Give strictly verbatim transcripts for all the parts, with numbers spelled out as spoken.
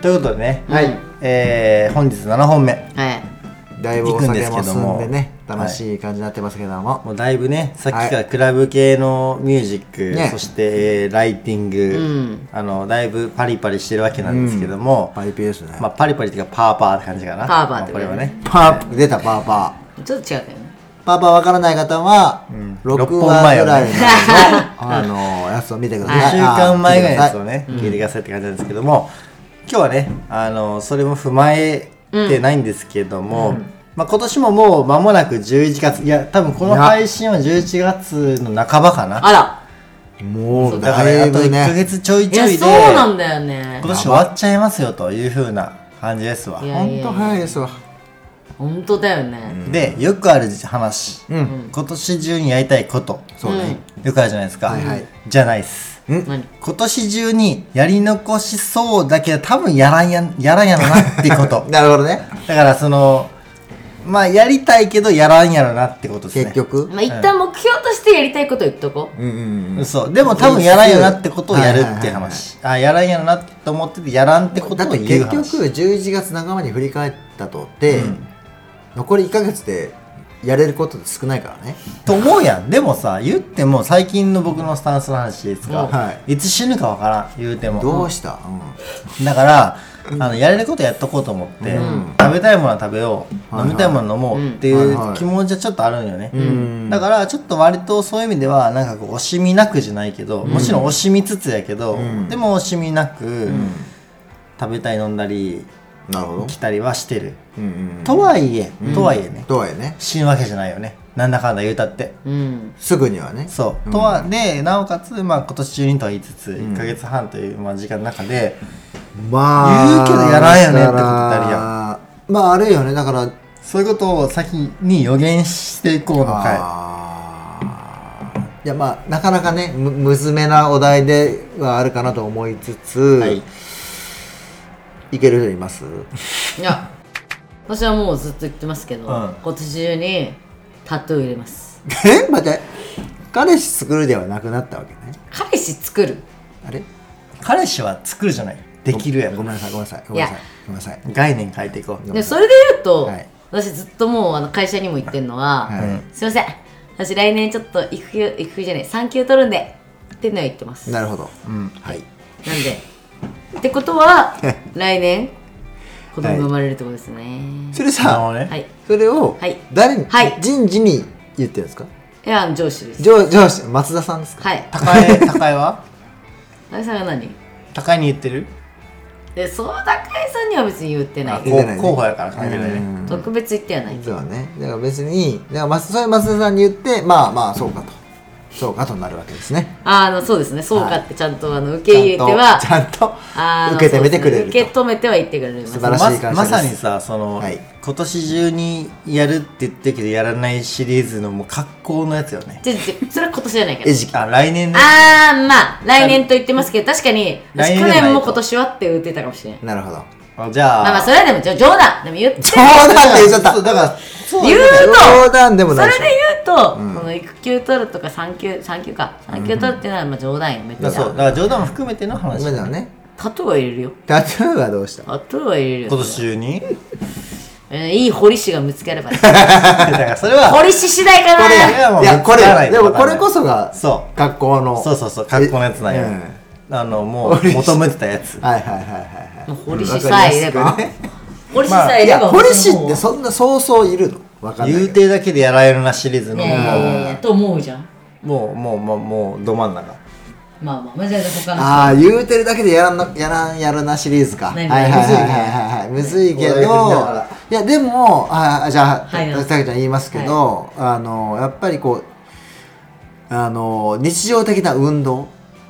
ということでね、 はい、 えー、本日ななほんめ、 はい、 だいぶお酒も進んでね、楽しい感じになってますけども、 はい、もうだいぶね、さっきからクラブ系のミュージック、はい、そして、えー、ライティング、うん、あのだいぶパリパリしてるわけなんですけども、 うん、パリピですね。 まあ、パリパリっていうかパーパーって感じかな。 パーパーって、 これはね、 パー出たパーパーちょっと違うけどね。 パーパーわからない方は、うん、ろくわぐらいのあのやつを見てください。 にしゅうかんまえぐらいのやつをね、聞いてくださいって感じなんですけども、今日はね、あのそれも踏まえてないんですけども、うん、まあ、今年ももう間もなくじゅういちがつ、いや多分この配信はじゅういちがつの半ばかな。 あら、 もうだからあといっかげつちょいちょいで、 そうなんだよね、 今年終わっちゃいますよという風な感じですわ。 ほんと早いですわ。 本当だよね、 うん、でよくある話、うん、今年中にやりたいこと、 そうね、 よくあるじゃないですか、はいはい、じゃないっす、ん今年中にやり残しそうだけど多分やらんややらんやろなっていうことなるほどね。 だからそのまあやりたいけどやらんやろなってことですね、 結局、 まあ、一旦目標としてやりたいこと言っとこう、うんうんうん、そうでも多分やらんやろなってことをやるっていう話、あやらんやろなって思っててやらんってことを言う話。 だって結局じゅういちがつなかばに振り返ったとって、うん、残りいっかげつでやれることって少ないからねと思うやん。でもさ言っても最近の僕のスタンスの話ですが、はい、いつ死ぬかわからん言うてもどうした、 うん、だからあのやれることやっとこうと思って、うん、食べたいものは食べよう、はいはい、飲みたいもの飲もうっていう気持ちはちょっとあるんよね、うん、だからちょっと割とそういう意味ではなんかこう惜しみなくじゃないけど、うん、もちろん惜しみつつやけど、うん、でも惜しみなく、うん、食べたい飲んだりなるほど来たりはしてる、うんうんうん、とはいえ、うん、とはいえねとはいえね死ぬわけじゃないよね、なんだかんだ言うたって、 うん、すぐにはねそう、うん、とはでなおかつ、まあ、今年中にとは言いつつ、うん、いっかげつはんという、まあ、時間の中で、まあ、言うけどやらんよねってことってあるやん。 まああるよね。だからそういうことを先に予言していこうのかい。いやまあなかなかねむむずめなお題ではあるかなと思いつつ、はい、いける人います？ いや私はもうずっと言ってますけど、うん、今年中にタトゥー入れます。 え待って彼氏作るではなくなったわけね。 彼氏作るあれ彼氏は作るじゃないできるやろ。 ごめんなさいごめんなさいごめんなさいごめんなさい概念変えていこう。 でそれで言うと、はい、私ずっともうあの会社にも言ってるのは、はい、すいません私来年ちょっと育休育休じゃない産休取るんでっていうのは言ってます。 なるほど、うん、はいなんでってことは来年子供が生まれるってことですね、はい、 それさ、はい、それを誰に、はい、人事に言ってるんですか？ いや上司です。 上, 上司松田さんですか？ はい。 高江高江は高江さんが何？ 高江に言ってる？ でそう高江さんには別に言ってない。 候補やから関係ないね。 特別言ってはない。 そうね。だから別にだからそれ松田さんに言ってまあまあそうかとそうかとなるわけですね。 あのそうですね。そうかってちゃんとあの受け入れてはちゃんと受け止めてくれると、 ね、受け止めては言ってくれる。 素晴らしい感謝です。 ま, まさにさその、はい、今年中にやるって言ってるけどやらないシリーズのもう格好のやつよね。 ちょちょそれは今年じゃないからあ来年ね。 あーまあ来年と言ってますけど確かに私去年も今年はって言ってたかもしれない。 なるほど。 あじゃあまあまあそれはでも冗談でも言って冗談って言っちゃった。だから言うと冗談でもないそれで言うと、うん、この育休取るとか産休産休か産休取るっていうのはまあ冗談よめっちゃ。 そうだから冗談も含めての話だね。 タトゥーは入れるよ。 タトゥーはどうした？ タトゥーは入れるよ。 今年中にえー、いい彫り師が見つければ、ね、 だからそれは彫り師次第かな。 これいやこれでもこれこそがそう学校のそうそうそう学校のやつなんや、うん、あのもう求めてたやつ。 はいはいはいはいはい。 彫り師さえいれば彫り師さえいれば彫り師ってそんなそうそういるの？わかんない。 言うてだけでやられるなシリーズのいやいやいやと思うじゃん。 もうもうもうもうど真ん中。 まあまあマジで他のああ言うてるだけでやらんのやらんやるなシリーズか。はいはいはいはいはいむずいけどいやでもあじゃあたけちゃん言いますけど、はい、あのやっぱりこうあの日常的な運動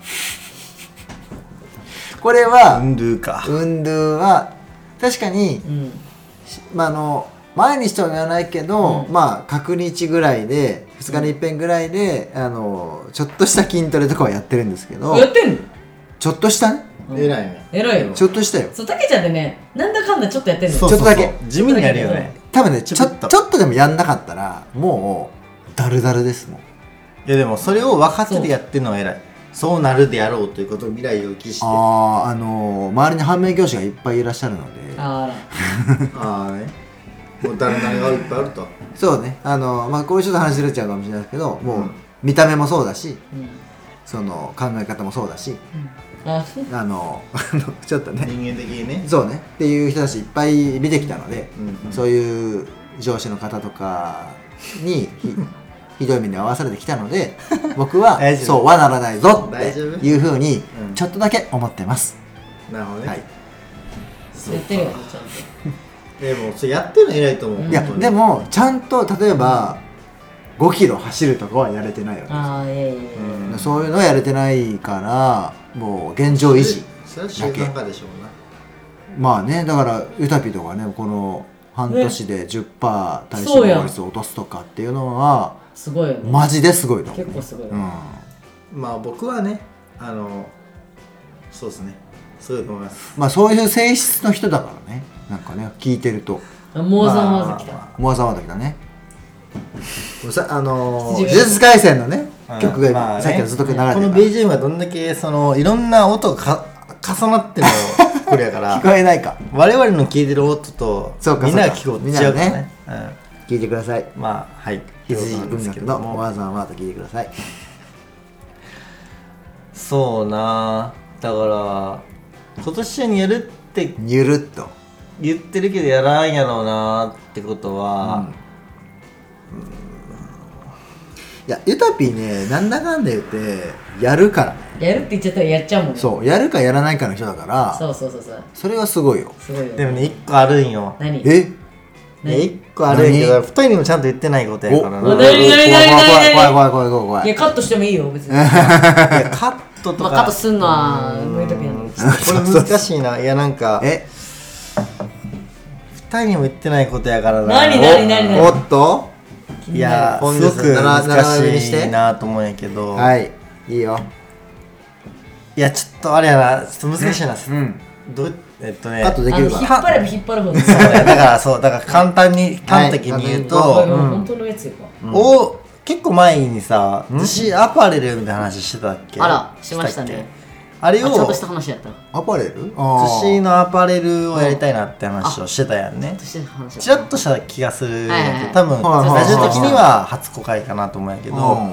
これは運動か運動は確かに、うん、まああの毎日とは言わないけど、うん、まあ確日ぐらいでふつかにいっぺんぐらいで、うん、あのちょっとした筋トレとかはやってるんですけど。 やってんの？ ちょっとしたね。 えらいね。 えらいよ。 ちょっとしたよ。 そうたけちゃんでねなんだかんだちょっとやってるの。 ちょっとだけ地味にやるよね。 多分ねちょっとちょっとでもやんなかったらもうダルダルですもん。 いやでもそれを分かっててやってるのは偉い。 そうなるであろうということを未来を期して、 あああのー、周りに反面教師がいっぱいいらっしゃるので、 あああね、もう誰々がいっぱいあると。 そうね、あのー、まあこういうちょっと話ずれちゃうかもしれないですけど、もう見た目もそうだし、うん、その考え方もそうだし、うん、あのちょっとね人間的にね、 そうねっていう人たちいっぱい見てきたので、うんうん、そういう上司の方とかにひどい目に遭わされてきたので僕はそうはならないぞっていうふうにちょっとだけ思ってます。 なるほどね、はい、 そうやってるよねちゃんと。でもそれやってるの偉いと思う。 いやでもちゃんと例えばごキロ走るとかはやれてないわけです。 あ、いやいやいや、そういうのはやれてないからもう現状維持だけ。 それは習慣化でしょうな。 まあね、だからユタピとかねこの半年で じゅっパーセント 体脂肪率を落とすとかっていうのはすごいよね。 マジですごいと思う。 結構すごい、 うん、 まあ僕はね、あのそうですね、そういうと思います。 まあそういう性質の人だからね、なんかね聞いてると。 モーザンワーズ来た。 モーザンワーズ来たね。さあのー、呪術廻戦のね曲が、まあね、さっきからずっと流れてるから、 この ビージーエム がどんだけそのいろんな音がか重なってのこれやから聞こえないか、 我々の聞いてる音とみんなが聞こうと違うからね、 うん、聞いてください。 まあはい、 羊文学のモーザンワーズ聞いてください。 そうな、だから今年中にやるってゆるっと言ってるけどやらんやろうなってことは、うんいやユタピーね、なんだかんだ言ってやるからね。 やるって言っちゃったらやっちゃうもんね。 そうやるかやらないかの人だから、 そうそうそうそう、 それはすごいよ。 すごいよ。 でもね、いっこあるんよ。 何？ えいっこあるんやけどふたりにもちゃんと言ってないことやからな。 お、何何何何何怖い怖い怖い怖い怖い。 いやカットしてもいいよ別に。いやカットとか、 まあ、カットすんのは無理だけど、 これ難しいな。いやなんかえふたりにも言ってないことやからな。 何何何何？ おっといやすごく難しいなと思うんやけど、 はいいいよ。 いやちょっとあれやな、ちょっと難しいな、うん、どえっとねカットできるか引っ張れば引っ張るほどそうだからそうだから簡単に端的に言うと、 はい、うん、本当のやつよか、 うん、お結構前にさ、私アパレルみたいな話してたっけ。 あらしましたね。 あれをちゃんとした話やった。 アパレル？ 寿司のアパレルをやりたいなって話をしてたやんね。ちらっとした気がする、はいはいはい、多分ラジオ的には初公開かなと思うんやけど、はい、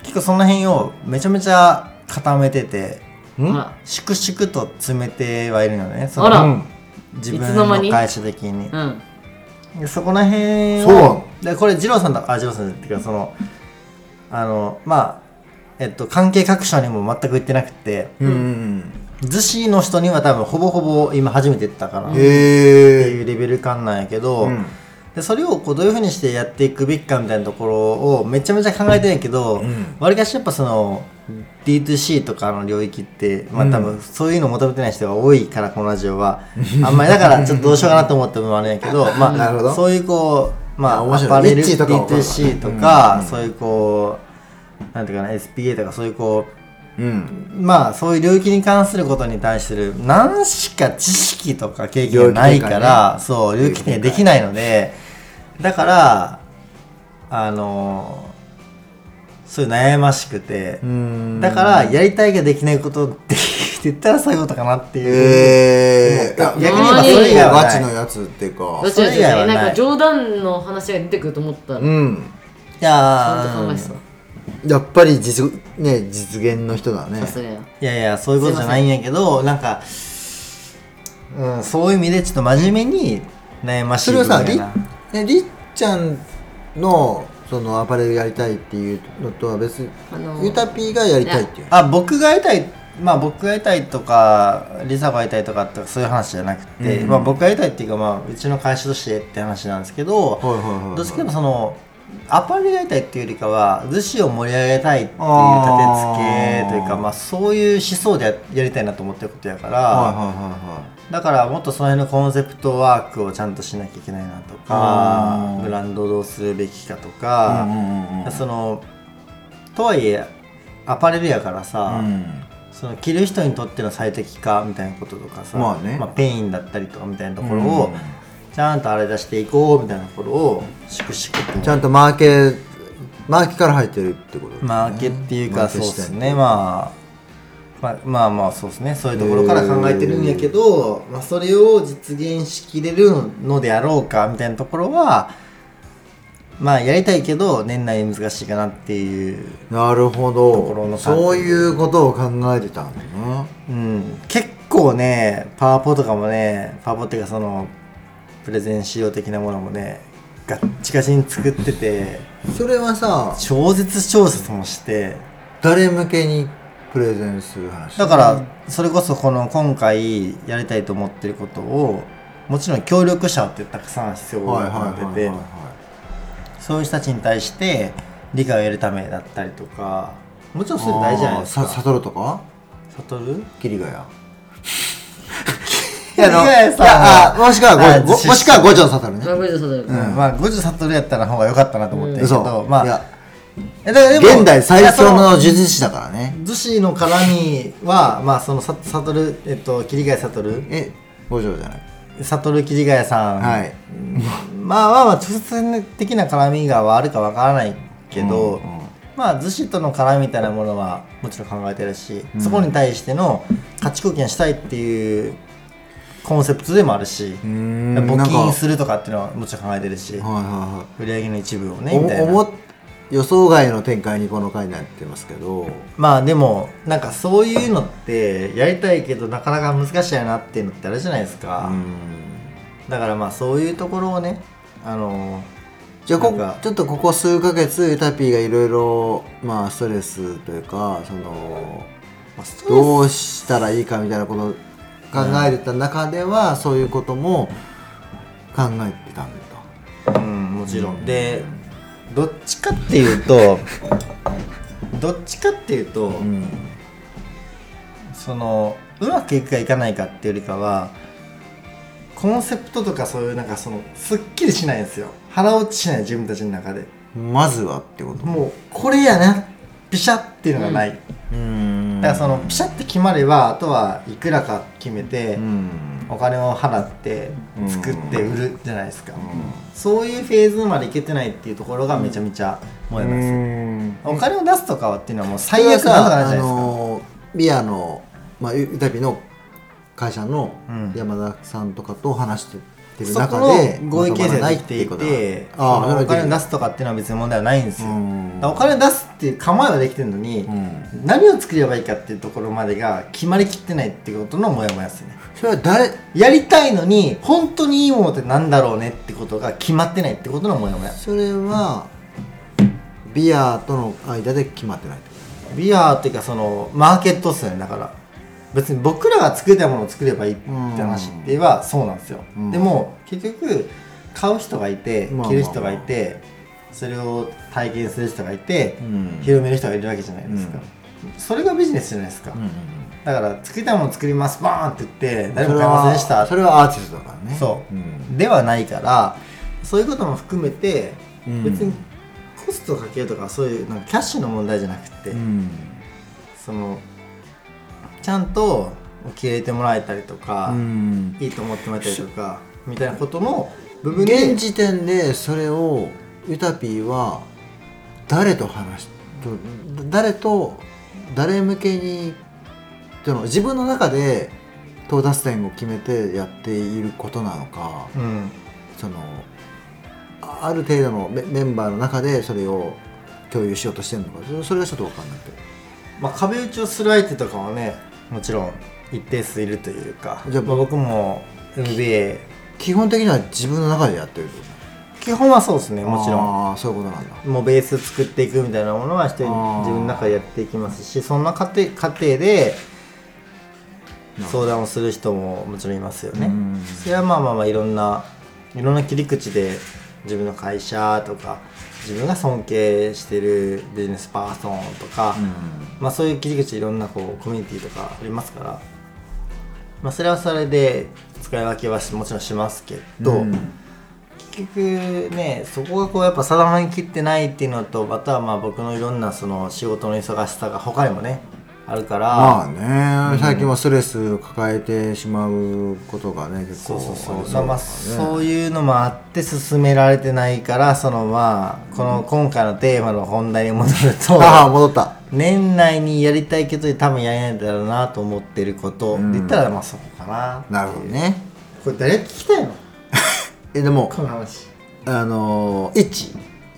結構その辺をめちゃめちゃ固めてて、粛々と詰めてはいるのね、その、うん、自分の会社的に、うん、そこら辺をでこれ二郎さんとあ二郎さんっていうかそのあのまあえっと、関係各所にも全く言ってなくて、うん、逗子の人には多分ほぼほぼ今初めて言ったからっていうレベル感なんやけど、うん、でそれをこうどういうふうにしてやっていくべきかみたいなところをめちゃめちゃ考えてるんやけど、わり、うん、かしやっぱその ディーツーシー とかの領域って、まあ、多分そういうのを求めてない人が多いからこのラジオはあんまりだからちょっとどうしようかなと思った部分もあるんやけどまあなるほど、そういうこうまあアパレル ディーツーシー とか、うん、そういうこうなんていうかな エスピーエー とかそういうこう、うん、まあそういう領域に関することに対する何しか知識とか経験がないから、ね、そう領域にできないので、だからあのそういう悩ましくて、だからやりたいができないことって言ったらそういうことかなっていう、えー、逆に言えばそれ以外はない。ガチのやつっていうかそれ以外はない。なんか冗談の話が出てくると思ったら、うん、 いやちゃんと考えてた。 やっぱり 実,、ね、実現の人だね。 いやいやそういうことじゃないんやけど、なんか、うん、そういう意味でちょっと真面目に悩ましい部分やな。それはさ り, りっちゃん の, そのアパレルやりたいっていうのとは別に、あのー、ユタピーがやりたいっていう。 あ僕がやりたいまあ僕がやりたいとかリサがやりたいとかってそういう話じゃなくて、うんまあ、僕がやりたいっていうか、まあ、うちの会社としてって話なんですけど、はいはいはいはい、どっちかというとそのアパレルやりたいっていうよりかは逗子を盛り上げたいっていう立て付けというか、まあ、そういう思想で や, やりたいなと思ってることやから、はいはいはいはい、だからもっとその辺のコンセプトワークをちゃんとしなきゃいけないなとか、ブランドをどうするべきかとか、うんうんうん、そのとはいえアパレルやからさ、うん、その着る人にとっての最適化みたいなこととかさ、まあねまあ、ペインだったりとかみたいなところを、うんちゃんとあれ出していこうみたいなところを粛々とちゃんとマーケマーケから入ってるってことですね。 マーケっていうかそうですね、まあまあ、まあまあそうですね、そういうところから考えてるんやけど、まあ、それを実現しきれるのであろうかみたいなところはまあやりたいけど年内難しいかなっていう。 なるほど、そういうことを考えてたんだね。 うん、結構ねパワポとかもね、パワポっていうかそのプレゼン資料的なものもねガッチガチに作ってて、 それはさ超絶調節もして誰向けにプレゼンする話だから、それこそこの今回やりたいと思ってることをもちろん協力者ってたくさん必要になってて、そういう人たちに対して理解を得るためだったりとか、もちろんそれ大事じゃないですか。 さ悟るとか悟る桐ヶ谷いや、 いや、もしくは五もしくは五条悟ね。 五条悟、 まあ五条悟やったら方が良かったなと思ってるけど、まあ現代最強の呪術師だからね。 逗子の絡みはまあその悟えっと桐ヶ谷悟え五条じゃない悟桐ヶ谷さん、はい、まあまあまあ直接的な絡みがあるかわからないけど、うんうん、まあ逗子との絡みみたいなものはもちろん考えてるし、うん、そこに対しての価値貢献したいっていうコンセプトでもあるし、募金するとかっていうのはもちろん考えてるし、はいはいはい、売り上げの一部をねみたいな予想外の展開にこの回になってますけど、 まあでもなんかそういうのってやりたいけどなかなか難しいなっていうのってあるじゃないですか。うんだからまあそういうところをね、あのじゃあこちょっとここ数ヶ月ユタピーがいろいろまあストレスというかそのどうしたらいいかみたいなことを考えてた中では、うん、そういうことも考えてたんだと。うんもちろん、うん、でどっちかっていうとどっちかっていうと、うん、そのうまくいくかいかないかっていうよりかはコンセプトとかそういうなんかそのすっきりしないんですよ。腹落ちしない自分たちの中で。 まずはってこと。 もうこれやなピシャっていうのがない。うん、だからそのピシャって決まればあとはいくらか決めて、うん、お金を払って作って売るじゃないですか。うん、そういうフェーズまでいけてないっていうところがめちゃめちゃ燃えます。うん、お金を出すとかはっていうのはもう最悪なんとかなるじゃないですか。あのビアのまあユタピの会社の山田さんとかと話してる中で合意形成できていて、お金を出すとかっていうのは別に問題はないんですよ。お金を出すっていう構えはできてるのに、うん、何を作ればいいかっていうところまでが決まりきってないっていうことのモヤモヤですね。 それは誰やりたいのに本当にいいものってなんだろうねってことが決まってないってことのモヤモヤ。 それはビアとの間で決まってないってこと。ビアっていうかそのマーケットっすよね。だから別に僕らが作りたいものを作ればいいって話って言えばそうなんですよ。うん、でも結局買う人がいて着る人がいてそれを体験する人がいて、うん、広める人がいるわけじゃないですか。うん、それがビジネスじゃないですか。うんうん、だから作りたいものを作りますバーンって言って誰も買いませんでした。 それはアーティストだからね。 そう、うん、ではないからそういうことも含めて、うん、別にコストをかけるとかそういうなんかキャッシュの問題じゃなくて、うん、そのちゃんと受け入れてもらえたりとか、うん、いいと思ってもらえたりとかみたいなことの部分で現時点でそれをユタピーは誰と話し誰と誰向けにその自分の中で到達点を決めてやっていることなのか、うん、そのある程度の メ, メンバーの中でそれを共有しようとしてるのかそれがちょっと分かんないけど、 まあ、壁打ちをする相手とかはねもちろん一定数いるというか、じゃあ、まあ、僕も エムビーエー 基本的には自分の中でやってるってこと。 基本はそうですね、もちろん。 ああ、そういうことなんだ。 もうベース作っていくみたいなものは一人自分の中でやっていきますし、そんな過程、過程で相談をする人ももちろんいますよね。それはまあまあまあいろんないろんな切り口で自分の会社とか自分が尊敬してるビジネスパーソンとか、うん、まあそういう切り口いろんなこうコミュニティとかありますから、まあそれはそれで使い分けはもちろんしますけど、うん、結局ねそこがこうやっぱ定まりきってないっていうのと、またはまあ僕のいろんなその仕事の忙しさが他にもねあるから、 まあね、うん、最近はストレスを抱えてしまうことがね結構そうそうそう、まあ、そういうのもあって進められてないから、そのまあこの今回のテーマの本題に戻ると、 ああ戻った、 年内にやりたいけど多分やれないんだろうなと思ってることって言ったらまあそこかな。 なるほどね。 これ誰聞きたいのえでもこの話あのー、イッチ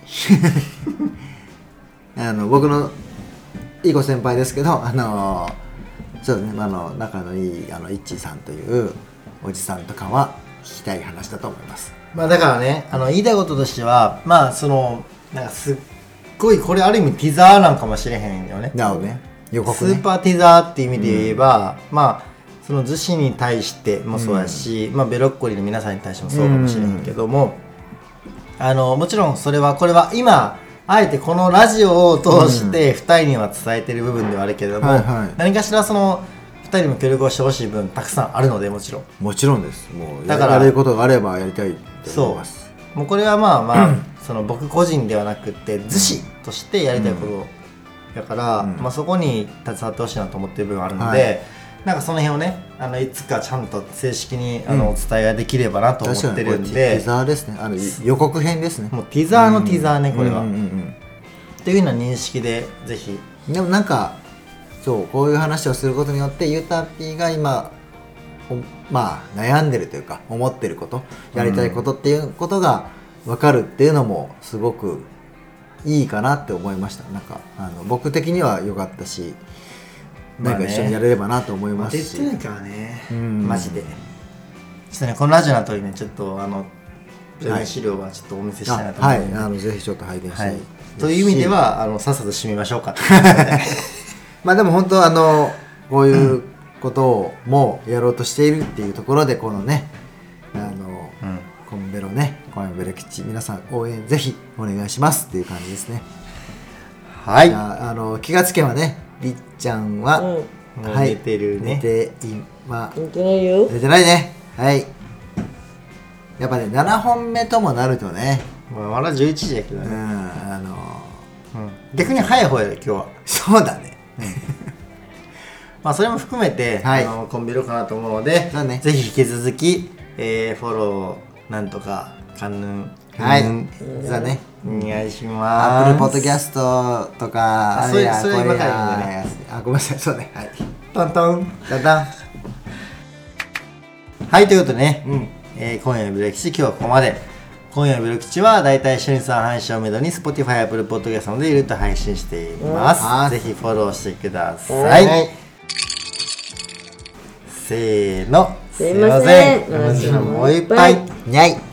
あの僕のいい子先輩ですけど、あのー、そうね、あの仲のいいあのイッチさんというおじさんとかは聞きたい話だと思います。 まあだからね、あの言いたいこととしては、まあそのなんかすっごいこれある意味ティザーなんかもしれへんよね。 なるほどね。予告ね。 スーパーティザーっていう意味で言えば、うん、まあその逗子に対してもそうだし、うん、まあベロッコリーの皆さんに対してもそうかもしれへんけども、うん、あのもちろんそれはこれは今あえてこのラジオを通してふたりには伝えてる部分ではあるけれども、うんはいはい、何かしらそのふたりにも協力をしてほしい分たくさんあるので、もちろんもちろんです。もうだからやれることがあればやりたいと思います。 そうもうこれはまあまあその僕個人ではなくて逗子としてやりたいことだから、うんまあ、そこに携わってほしいなと思ってる部分があるので、はい、なんかその辺をねあのいつかちゃんと正式にあのお伝えができればなと思ってるんで、 ティザーですね。あの予告編ですね。 もうティザーのティザーね、うん、これは、うんうんうん、っていうような認識でぜひ。 でもなんかそうこういう話をすることによってゆたぴーが今まあ悩んでるというか思ってることやりたいことっていうことが分かるっていうのもすごくいいかなって思いました。なんかあの僕的には良かったし、なんか一緒にやれればなと思いますし、 まあね、絶対からね、うん、マジでちょっとねこのラジオの後にねちょっとあのプレゼン資料はちょっとお見せしたいなと思うので、 はい、あのぜひちょっと拝見したい、はい、 という意味ではあのさっさと締めましょうかまあでも本当あのこういうことをもうやろうとしているっていうところでこのねあの、うん、コンベロねコンベロ吉皆さん応援ぜひお願いしますっていう感じですね。 はい。 あの気がつけばねりっちゃんは、 うん、はい、寝てるね。 寝て今寝てないよ。 寝てないね。はい。やっぱねななほんめともなるとね。 まあまだじゅういちじやけどね。うんあの、 うん、逆に早い方やで今日は。 そうだね。 まあそれも含めて、はい、あのコンビロかなと思うので、ね、ぜひ引き続き、えー、フォローなんとかカンヌンはいそうだねお願いします。 アップルポッドキャストとかあそれそれ今からいいんでね。 あごめんなさいそうねはいトントントントンはいということでね、うんえー、今夜のブレキチ今日はここまで。今夜のブレキチはだいたい週にさん配信をめどに Spotify、Apple Podcast でいると配信しています、うん、ぜひフォローしてください、はい、せーのすいませんもう一杯にゃい